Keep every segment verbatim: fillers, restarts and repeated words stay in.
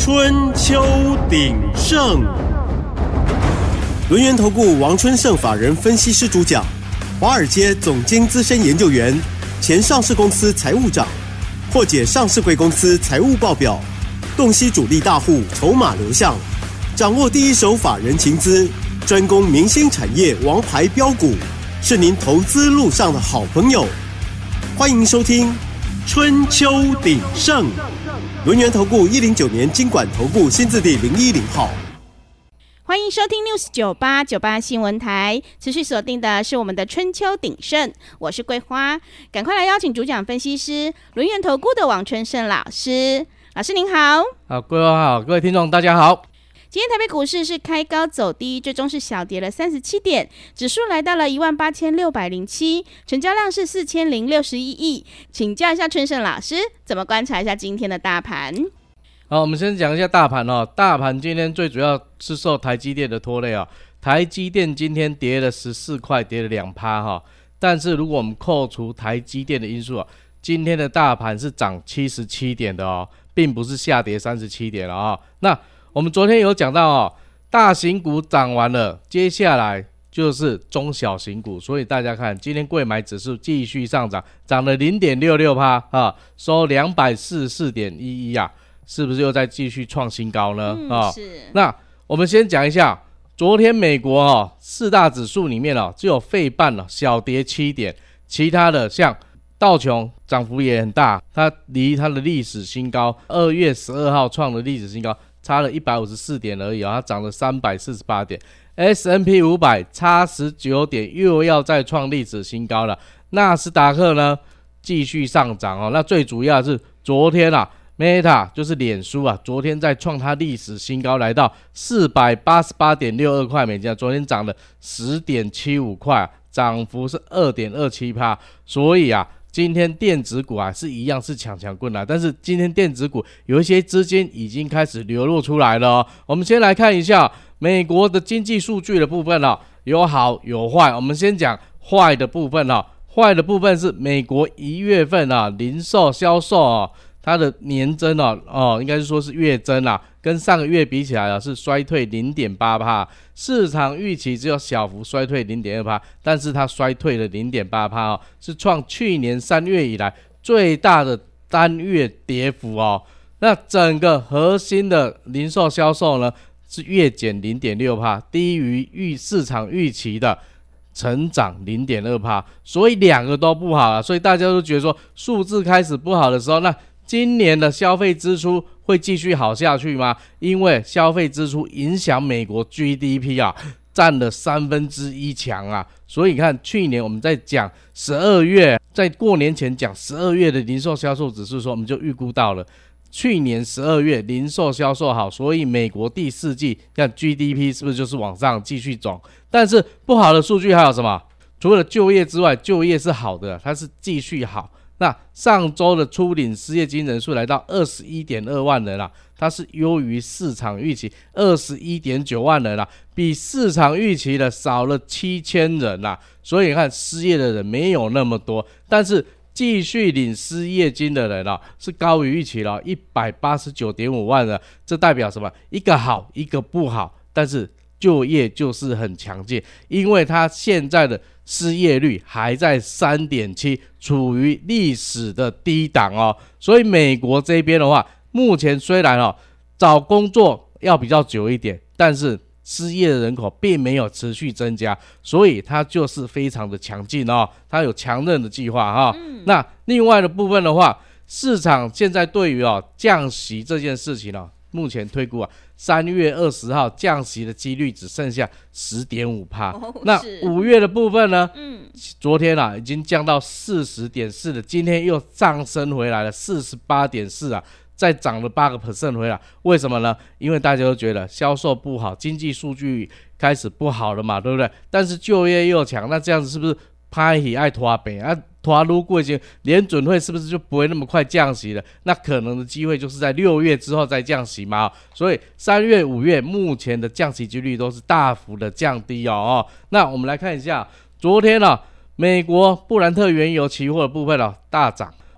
春秋鼎盛。轮源投顾王春盛法人分析师主讲，华尔街总经资深研究员，前上市公司财务长，破解上市贵公司财务报表，洞悉主力大户筹码流向，掌握第一手法人情资，专攻明星产业王牌标股，是您投资路上的好朋友。欢迎收听春秋鼎盛。轮源投顾一零九年金管投顾新字第零一零号。 欢迎收听 News 九八九八新闻台，持续锁定的是我们的春秋鼎盛，我是桂花，赶快来邀请主讲分析师轮源投顾的王春盛老师。老师您好。 好，桂花好，各位听众大家好。 今天台北股市是开高走低，最终是小跌了三十七点，指数来到了一万八千六百零七，成交量是四千零六十一亿。请教一下春盛老师，怎么观察一下今天的大盘？ 好，我们先讲一下大盘哦。大盘今天最主要是受台积电的拖累哦。台积电今天跌了十四块，跌了 百分之二 哈。但是如果我们扣除台积电的因素哦，今天的大盘是涨七十七点的哦，并不是下跌三十七点了哦。那我们昨天有讲到哦，大型股涨完了，接下来就是中小型股，所以大家看今天柜买指数继续上涨，涨了 零点六六 啊，收两百四十四点一一啊。是不是又在继续创新高呢？ 嗯哦、 是。 那我们先讲一下，昨天美国哦四大指数里面哦，只有费半哦小跌七点，其他的像道琼涨幅也很大，它离它的历史新高二月十二号创的历史新高差了一百五十四点而已哦，它涨了三百四十八点。S and P 五百 差十九点，又要再创历史新高了。纳斯达克呢继续上涨哦，那最主要是昨天啊。Meta 就是脸书啊，昨天在创它历史新高，来到 四百八十八点六二 块美金，昨天涨了 十点七五 块，涨幅是 二点二七 所以啊，今天电子股啊是一样是强强棍啊，但是今天电子股有一些资金已经开始流入出来了哦。我们先来看一下美国的经济数据的部分哦，有好有坏，我们先讲坏的部分哦，坏的部分是美国一月份啊零售销售哦。它的年增哦，哦，应该是说是月增啦，跟上个月比起来啊，是衰退 零点八 市场预期只有小幅衰退 零点二 但是它衰退了 零点八 哦，是创去年三月以来最大的单月跌幅哦。那整个核心的零售销售呢，是月减 零点六 低于预市场预期的成长 零点二 所以两个都不好啊，所以大家都觉得说数字开始不好的时候，那今年的消费支出会继续好下去吗？因为消费支出影响美国 G D P 啊，占了三分之一强啊，所以你看去年我们在讲十二月，在过年前讲十二月的零售销售指数的时候，我们就预估到了去年十二月零售销售好，所以美国第四季看 G D P 是不是就是往上继续走？但是不好的数据还有什么？除了就业之外，就业是好的，它是继续好。那上周的初领失业金人数来到 二十一点二万人啦，它是优于市场预期 二十一点九万人啦，比市场预期的少了七千人啦，所以你看失业的人没有那么多，但是继续领失业金的人啊是高于预期了 一百八十九点五万人，这代表什么？一个好一个不好，但是就业就是很强劲，因为它现在的失业率还在 三点七， 处于历史的低档哦。所以美国这边的话，目前虽然哦找工作要比较久一点，但是失业的人口并没有持续增加，所以它就是非常的强劲哦，它有强韧的计划哈、哦嗯。那另外的部分的话，市场现在对于哦降息这件事情哦，目前推估啊，三月二十号降息的几率只剩下 十点五、哦、那五月的部分呢？嗯，昨天啊已经降到 四十点四 了，今天又上升回来了 四十八点四 啊，再涨了 百分之八 回来。为什么呢？因为大家都觉得销售不好，经济数据开始不好了嘛，对不对？但是就业又强，那这样子是不是拍起爱拖病啊？拖路过已经联准会是不是就不会那么快降息了？那可能的机会就是在六月之后再降息嘛。所以三月、五月目前的降息几率都是大幅的降低哦。那我们来看一下，昨天啊，美国布兰特原油期货的部分啊大涨。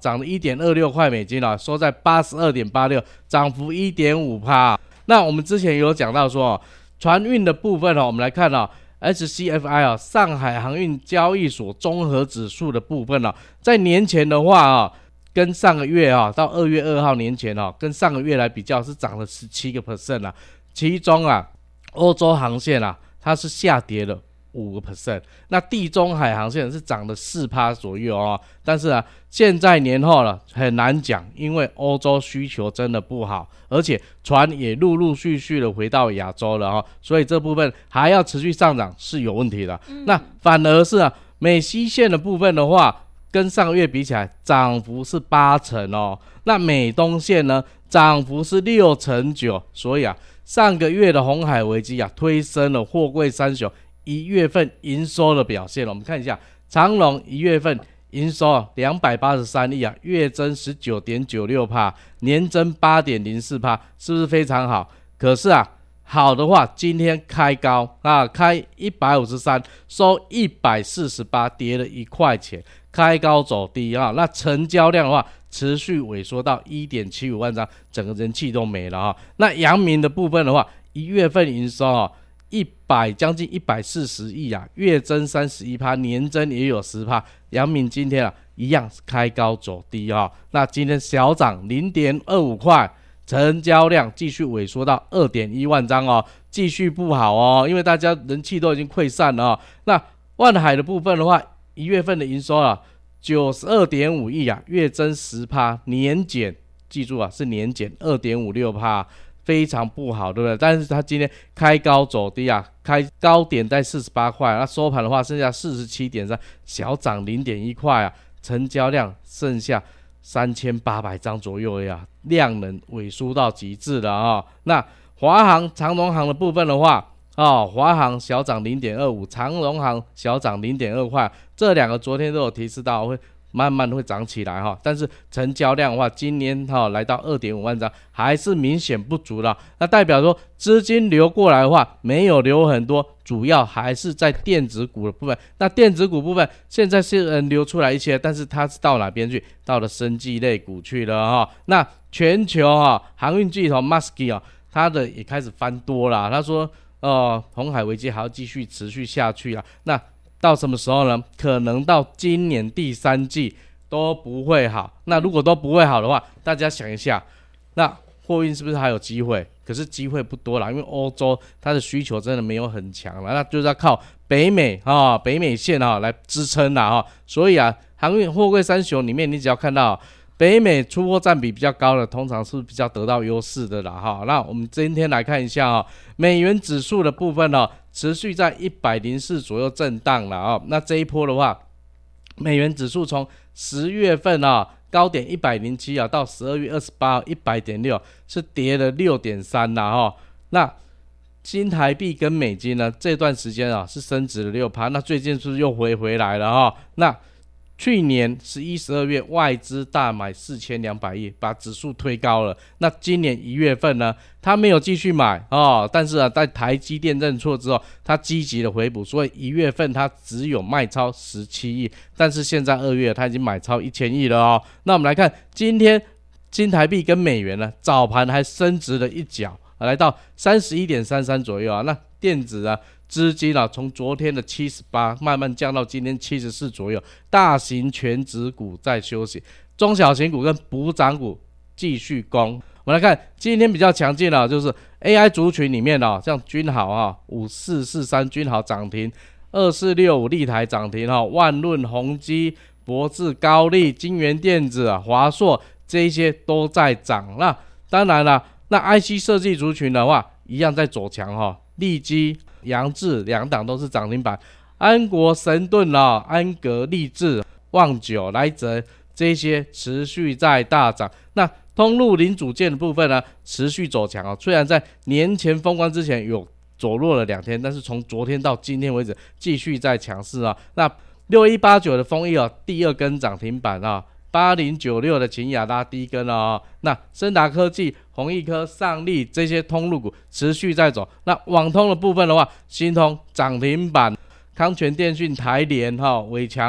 涨了 一点二六 块美金啊，收在 八十二点八六， 涨幅 一点五趴。那我们之前有讲到说船运的部分我们来看 H C F I 上海航运交易所综合指数的部分在年前的话跟上个月到二月二号年前跟上个月来比较是涨了 百分之十七 啊，其中啊欧洲航线啊它是下跌了 百分之五， 那地中海航线是涨了 百分之四 左右哦。但是啊现在年后了很难讲，因为欧洲需求真的不好，而且船也陆陆续续的回到亚洲了哦，所以这部分还要持续上涨是有问题的、嗯、那反而是啊美西线的部分的话，跟上个月比起来涨幅是八成哦，那美东线呢涨幅是六成九，所以啊上个月的红海危机啊推升了货柜三雄一月份营收的表现。我们看一下长荣一月份营收两百八十三亿啊，月增 十九点九六 趴，年增 八点零四 趴，是不是非常好？可是啊好的话今天开高啊，开一百五十三，收一百四十八，跌了一块钱，开高走低啊。那成交量的话持续萎缩到 一点七五万张，整个人气都没了啊。那阳明的部分的话，一月份营收啊一百将近一百四十亿啊，月增 三十一趴，年增也有 百分之十。阳明今天啊一样开高走低啊，那今天小涨 零点二五 块，成交量继续萎缩到 二点一万张哦，继续不好哦，因为大家人气都已经溃散了哦。那万海的部分的话，一月份的营收啊 九十二点五亿啊，月增 百分之十， 年减记住啊是年减 二点五六 趴，非常不好，对不对？但是它今天开高走低啊，开高点在四十八块，那收盘的话剩下 四十七点三， 小涨 零点一 块啊，成交量剩下三千八百张左右呀，量能萎缩到极致了啊、哦。那华航、长荣航的部分的话，哦，华航小涨 零点二五， 长荣航小涨 零点二 块，这两个昨天都有提示到会慢慢会涨起来哈，但是成交量的话，今年哈来到 二点五万张，还是明显不足了。那代表说资金流过来的话，没有流很多，主要还是在电子股的部分。那电子股部分现在是流出来一些，但是它是到哪边去？到了生技类股去了哈。那全球哈航运巨头 Maersk 啊，它的也开始翻多了。他说，呃，红海危机还要继续持续下去啊。那到什么时候呢？可能到今年第三季都不会好。那如果都不会好的话，大家想一下，那货运是不是还有机会？可是机会不多啦，因为欧洲它的需求真的没有很强了，那就是要靠北美啊、哦、北美线啊、哦、来支撑啦哈、哦。所以啊，航运货柜三雄里面，你只要看到北美出货占比比较高的，通常是比较得到优势的啦哈。那我们今天来看一下啊、哦，美元指数的部分哦，持续在一百零四左右震荡了啊、哦。那这一波的话，美元指数从十月份啊、哦、高点一百零七啊，到十二月二十八 一百点六， 是跌了 六点三 啦哈、哦。那新台币跟美金呢，这段时间啊是升值了 百分之六， 那最近是不是又回回来了哈、哦？那去年十一、十二月外资大买四千两百亿，把指数推高了。那今年一月份呢，他没有继续买哦，但是啊，在台积电认错之后，他积极的回补，所以一月份他只有卖超十七亿，但是现在二月他已经买超一千亿了哦。那我们来看今天新台币跟美元呢，早盘还升值了一角，来到 三十一点三三 左右啊。那电子啊。资金啊，从昨天的七十八慢慢降到今天七十四左右，大型全指股在休息，中小型股跟补涨股继续攻。我们来看今天比较强劲的，就是 A I 族群里面啊，像君豪啊，五四四三君豪涨停，二四六五立台涨停哈，万润、宏基、博智、高力、金源电子啊、华硕这些都在涨。那当然了，那 I C 设计族群的话，一样在走强哈，利基、扬智两档都是涨停板，安国、神盾啊、安格、力智、旺九、来泽这些持续在大涨。那通路零组件的部分呢，持续走强啊。虽然在年前封关之前有走弱了两天，但是从昨天到今天为止继续在强势啊。那六一八九的丰益啊，第二根涨停板啊。八零九六的秦雅拉第一根哦，那森达科技、弘毅科、上力这些通路股持续在走。那网通的部分的话，新通涨停板，康泉电讯、台联哈、伟强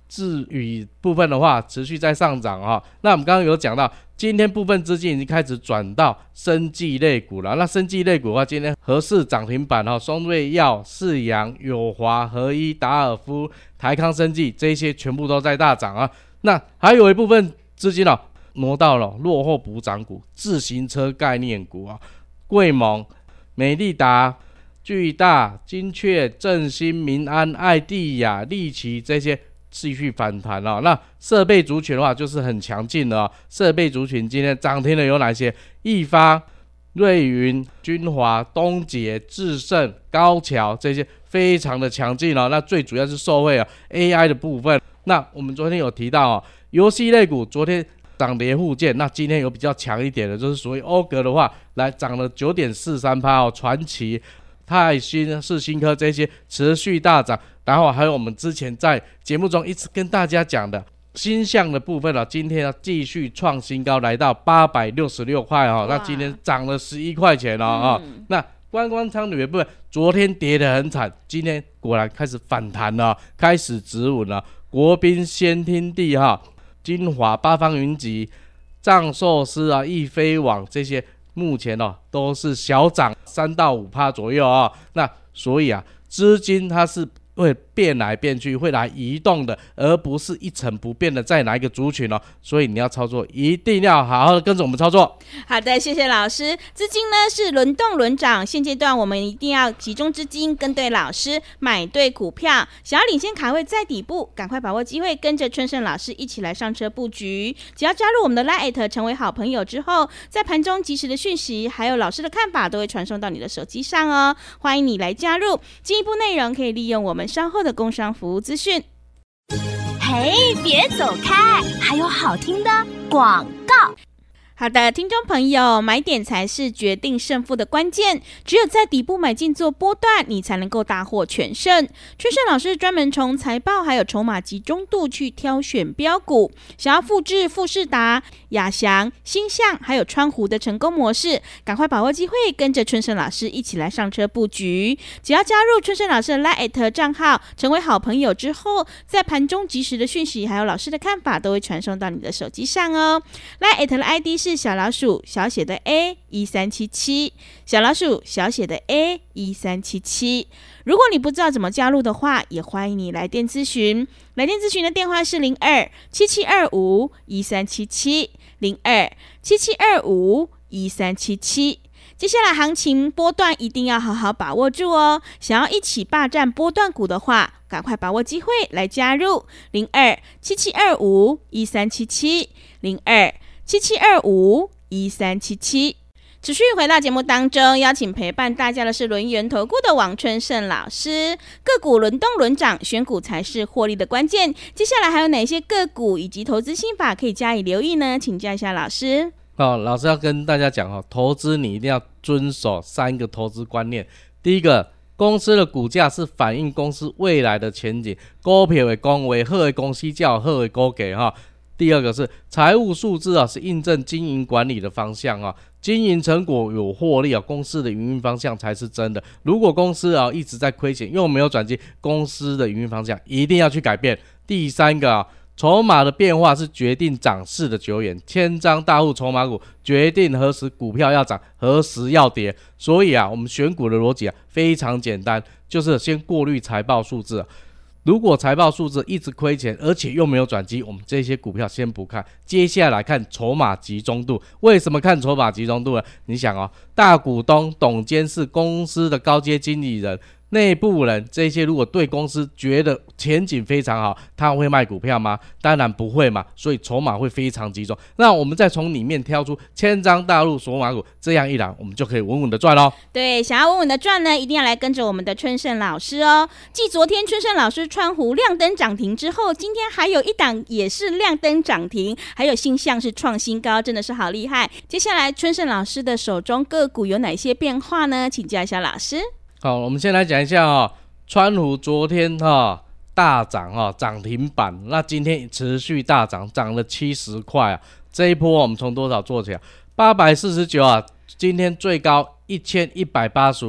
至于部分的话持续在上涨啊。那我们刚刚有讲到，今天部分资金已经开始转到生技类股了。那生技类股的话，今天合适涨停板哈，松瑞药、世阳、友华、合一、达尔夫、台康生技这些全部都在大涨啊。那还有一部分资金哦挪到了落后补涨股、自行车概念股啊，贵盟、美利达、巨大、精确、振兴、民安、爱地亚、利奇这些继续反弹哦。那设备族群的话就是很强劲的哦。设备族群今天涨停的有哪些？易发、瑞云、君华、东杰、智胜、高桥这些非常的强劲哦。那最主要是受惠啊 A I 的部分。那我们昨天有提到哦，游戏类股昨天涨跌互见，那今天有比较强一点的，就是属于欧格的话，来涨了 百分之九点四三 哦，传奇、泰新、世新科这些持续大涨。然后还有我们之前在节目中一直跟大家讲的新象的部分、啊、今天要继续创新高，来到八百六十六块、哦、那今天涨了十一块钱了、哦嗯、那观光舱旅的部分昨天跌得很惨，今天果然开始反弹了，开始止稳了。国宾、先听地哈、金华、八方云集、藏寿司啊、易飞网这些目前哦都是小涨三到五趴左右啊、哦。那所以啊，资金它是会变来变去，会来移动的，而不是一成不变的在哪一个族群哦。所以你要操作，一定要好好的跟着我们操作。 好的，谢谢老师。资金呢是轮动轮涨，现阶段我们一定要集中资金，跟对老师，买对股票。想要领先卡位在底部，赶快把握机会，跟着春盛老师一起来上车布局。只要加入我们的 LINE 成为好朋友之后，在盘中及时的讯息，还有老师的看法，都会传送到你的手机上哦。欢迎你来加入。进一步内容可以利用我们稍后的工商服务资讯。 嘿，别走开，还有好听的广告。 好的，听众朋友，买点才是决定胜负的关键，只有在底部买进做波段，你才能够大获全胜。春盛老师专门从财报还有筹码集中度去挑选标股，想要复制富士达、亚翔、星象还有川湖的成功模式，赶快把握机会，跟着春盛老师一起来上车布局。只要加入春盛老师的 LINE 账号，成为好朋友之后，在盘中及时的讯息还有老师的看法，都会传送到你的手机上哦。LINE 的 I D 是小老鼠小写的 A 一三七七， 小老鼠小写的 A 一三七七。如果你不知道怎么加入的话，也欢迎你来电咨询。来电咨询的电话是零二七七二五一三七七， 零二七七二五一三七七。接下来行情波段一定要好好把握住哦。想要一起霸占波段股的话，赶快把握机会来加入零二七七二五一三七七， 零二七七二五一三七七。持续回到节目当中，邀请陪伴大家的是轮源投顾的王春盛老师。个股轮动轮涨，选股才是获利的关键。接下来还有哪些个股以及投资心法可以加以留意呢？请教一下老师。 哦，老师要跟大家讲哦，投资你一定要遵守三个投资观念。第一个，公司的股价是反映公司未来的前景，股票的讲话，好的公司才有好的股价哈。第二个是财务数字啊，是印证经营管理的方向啊，经营成果有获利啊，公司的营运方向才是真的。如果公司啊一直在亏钱，又没有转机，公司的营运方向一定要去改变。第三个啊，筹码的变化是决定涨势的久远，千张大户筹码股决定何时股票要涨，何时要跌。所以啊，我们选股的逻辑啊非常简单，就是先过滤财报数字啊。如果财报数字一直亏钱，而且又没有转机，我们这些股票先不看。接下来看筹码集中度。为什么看筹码集中度呢？你想哦，大股东、董监事、公司的高阶经理人、内部人这些，如果对公司觉得前景非常好，他会卖股票吗？当然不会嘛，所以筹码会非常集中。那我们再从里面挑出千张大陆索马股，这样一来，我们就可以稳稳的赚咯。 对，想要稳稳的赚呢，一定要来跟着我们的春盛老师哦。继昨天春盛老师川湖亮灯涨停之后，今天还有一档也是亮灯涨停，还有星象是创新高，真的是好厉害。接下来春盛老师的手中个股有哪些变化呢？请教一下老师。 好，我们先来讲一下哦，川湖昨天哈、哦、大涨哦，涨停板，那今天持续大涨，涨了七十块啊。这一波我们从多少做起啊？八百四十九啊，今天最高一千一百八十五，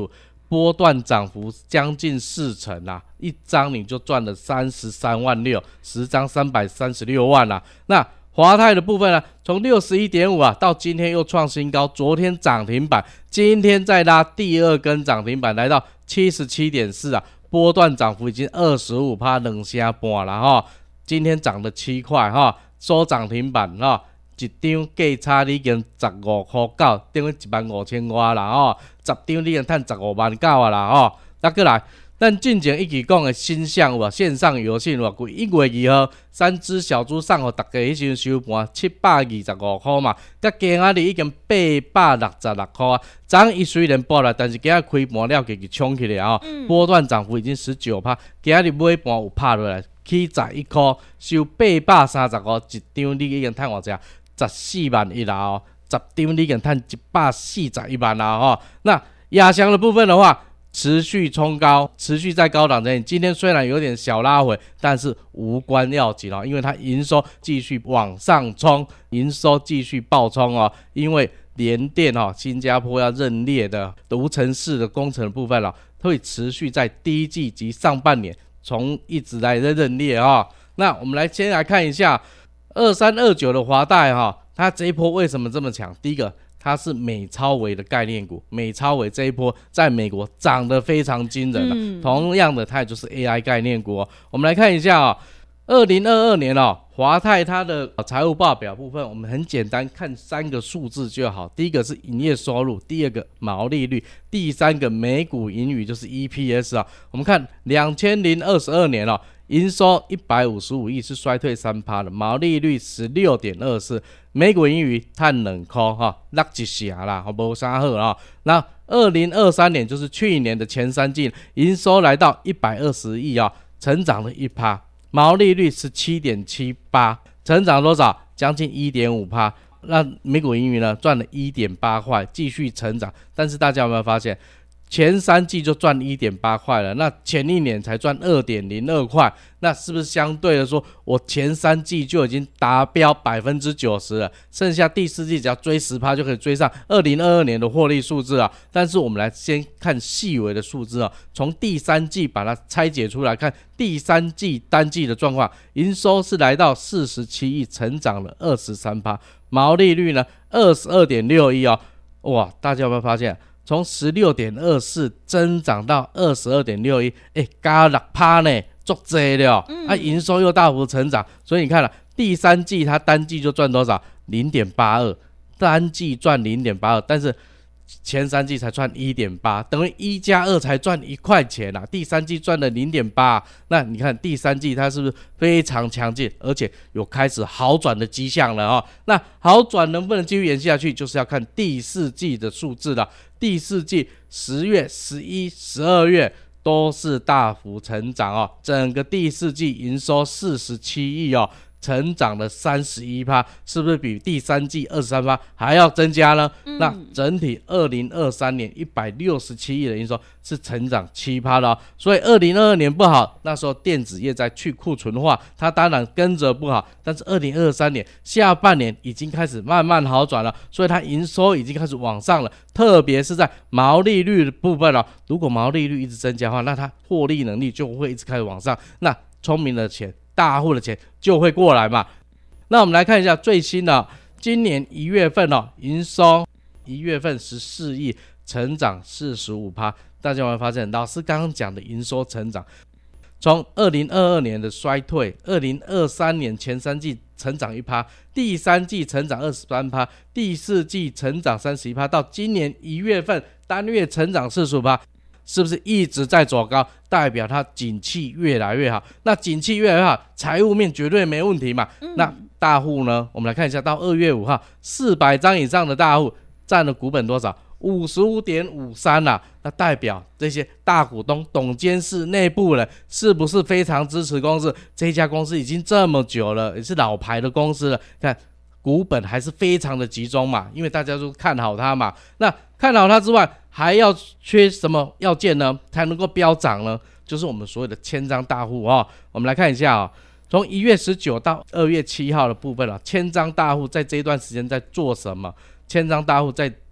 波段涨幅将近四成啊，一张你就赚了三十三万六，十张三百三十六万啊。那华泰的部分呢，从 六十一点五 啊，到今天又创新高，昨天涨停板，今天再拉第二根涨停板，来到 七十七点四 啊，波段涨幅已经 百分之二十五， 两成半了哈。今天涨了七块哈，收涨停板哈。一张价差你已经十五块九，等于一万五千外啦吼，十张你已经赚十五万九啊啦吼。再过来，咱进前一起讲的新项有无？线上游戏有无？一月二号，三只小猪送互大家迄时收盘七百二十五块嘛，甲今仔日已经八百六十六块啊。昨伊虽然报了，但是今仔开盘了就冲起来吼，嗯、波段涨幅已经 百分之十九， 今仔日尾盘有拍落来，起十一块，收八百三十五，一张你已经赚偌济？十四万一啦哦，十张你已经赚一百四十一万啦哦。那亚翔的部分的话，持续冲高，持续在高档整理。今天虽然有点小拉回，但是无关要紧哦，因为它营收继续往上冲，营收继续爆冲哦。因为联电哦，新加坡要认列的无尘室的工程的部分哦，会持续在第一季及上半年从一直来在认列哦。那我们来先来看一下。二三二九的华泰哈，它这一波为什么这么强？第一个，它是美超微的概念股，美超微这一波在美国涨得非常惊人、啊嗯、同样的，它也就是 A I 概念股、哦。我们来看一下啊、哦，二零二二年哦，华泰它的财务报表部分，我们很简单看三个数字就好。第一个是营业收入，第二个毛利率，第三个每股盈余就是 E P S 啊。我们看二零二二年哦。营收一百五十五亿是衰退 百分之三 的，毛利率 百分之十六点二四， 每股盈余赚两块哈，落一下啦，没啥好啊。那二零二三年就是去年的前三季，营收来到一百二十亿啊，成长了 百分之一， 毛利率 十七点七八， 成长多少？将近 一点五。那每股盈余呢赚了 一点八块，继续成长。但是大家有没有发现？前三季就赚 一点八块了，那前一年才赚 二点零二块，那是不是相对的说，我前三季就已经达标 百分之九十 了，剩下第四季只要追 百分之十 就可以追上二零二二年的获利数字啊。但是我们来先看细微的数字啊，从第三季把它拆解出来看，第三季单季的状况，营收是来到四十七亿，成长了 百分之二十三， 毛利率呢 二十二点六一 哦，哇，大家有没有发现？从 十六点二四 增长到 二十二点六一， 哎，加 百分之六 呢，足多了、哦嗯、啊，营收又大幅成长，所以你看了第三季它单季就赚多少 零点八二， 单季赚 零点八二， 但是前三季才赚 一点八， 等于一加二才赚一块钱啊，第三季赚了 零点八， 那你看第三季它是不是非常强劲，而且有开始好转的迹象了、哦、那好转能不能继续延续下去，就是要看第四季的数字了。第四季十月、十一、十二月都是大幅成长哦，整个第四季营收四十七亿哦，成长了 百分之三十一， 是不是比第三季 百分之二十三 还要增加呢、嗯、那整体二零二三年一百六十七亿的营收是成长 百分之七 的哦，所以二零二二年不好，那时候电子业在去库存化，它当然跟着不好，但是二零二三年下半年已经开始慢慢好转了，所以它营收已经开始往上了，特别是在毛利率的部分哦，如果毛利率一直增加的话，那它获利能力就会一直开始往上，那聪明的钱大户的钱就会过来嘛。那我们来看一下最新的今年一月份哦，营收一月份十四亿，成长 百分之四十五。 大家有没有发现老师刚刚讲的营收成长，从二零二二年的衰退，二零二三年前三季成长 百分之一， 第三季成长 百分之二十三， 第四季成长 百分之三十一， 到今年一月份单月成长 百分之四十五，是不是一直在走高，代表它景气越来越好？那景气越来越好，财务面绝对没问题嘛、嗯、那大户呢，我们来看一下，到二月五号四百张以上的大户占了股本多少？ 五十五点五三 啦，那代表这些大股东、董监事内部人是不是非常支持公司？这家公司已经这么久了，也是老牌的公司了，看股本还是非常的集中嘛，因为大家都看好它嘛。那看好它之外，还要缺什么要件呢？才能够飙涨呢？就是我们所有的千张大户哦。我们来看一下哦，从一月十九到二月七号的部分啊，千张大户在这一段时间在做什么？千张大户在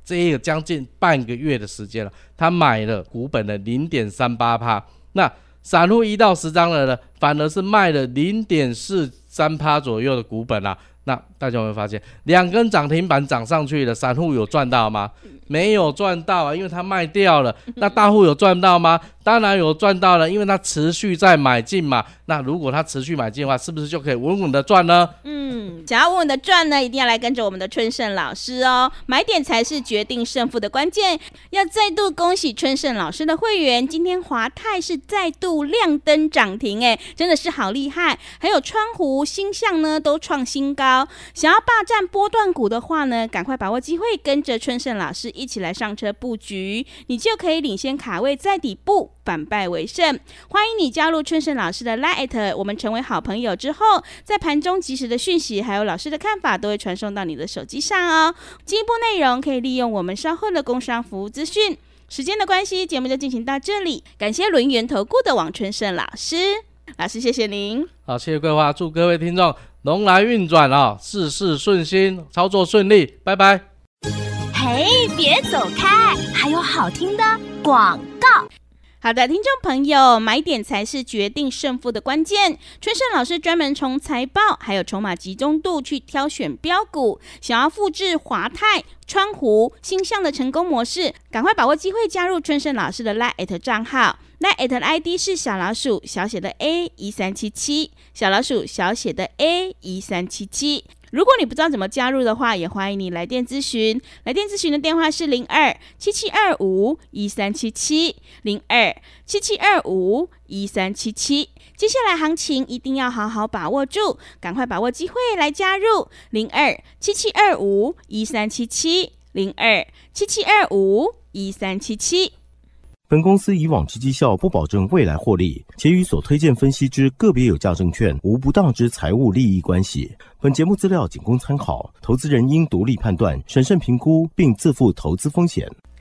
这个将近半个月的时间了，他买了股本的 零点三八%， 那散户一到十张了呢，反而是卖了 零点四三%左右的股本啊。那大家有没有发现，两根涨停板涨上去了，散户有赚到吗？没有赚到啊，因为他卖掉了。那大户有赚到吗？当然有赚到了，因为他持续在买进嘛。那如果他持续买进的话，是不是就可以稳稳的赚呢？ 嗯，想要稳稳的赚呢，一定要来跟着我们的春盛老师哦。买点才是决定胜负的关键。要再度恭喜春盛老师的会员，今天华泰是再度亮灯涨停，哎，真的是好厉害。还有川湖、星象呢，都创新高。想要霸占波段股的话呢，赶快把握机会，跟着春盛老师一起来上车布局，你就可以领先卡位在底部，反败为胜。欢迎你加入春盛老师的 Line， 我们成为好朋友之后，在盘中及时的讯息还有老师的看法都会传送到你的手机上哦。进一步内容可以利用我们稍后的工商服务资讯。时间的关系，节目就进行到这里，感谢轮源投顾的王春盛老师，老师谢谢您。 好，谢谢桂花，祝各位听众龙来运转啊，事事顺心，操作顺利，拜拜。 嘿，别走开，还有好听的广告。 好的，听众朋友，买点才是决定胜负的关键。春盛老师专门从财报还有筹码集中度去挑选标股，想要复制华泰、川湖、星象的成功模式，赶快把握机会加入春盛老师的 Line 账号。Line 的 I D 是小老鼠小写的 A 一三七七， 小老鼠小写的 A 一三七七。如果你不知道怎么加入的话，也欢迎你来电咨询。来电咨询的电话是零二七七二五一三七七 零二七七二五一三七七。接下来行情一定要好好把握住，赶快把握机会来加入零二七七二五一三七七 零二七七二五一三七七。 本公司以往之绩效不保证未来获利，且与所推荐分析之个别有价证券无不当之财务利益关系。本节目资料仅供参考，投资人应独立判断、审慎评估，并自负投资风险。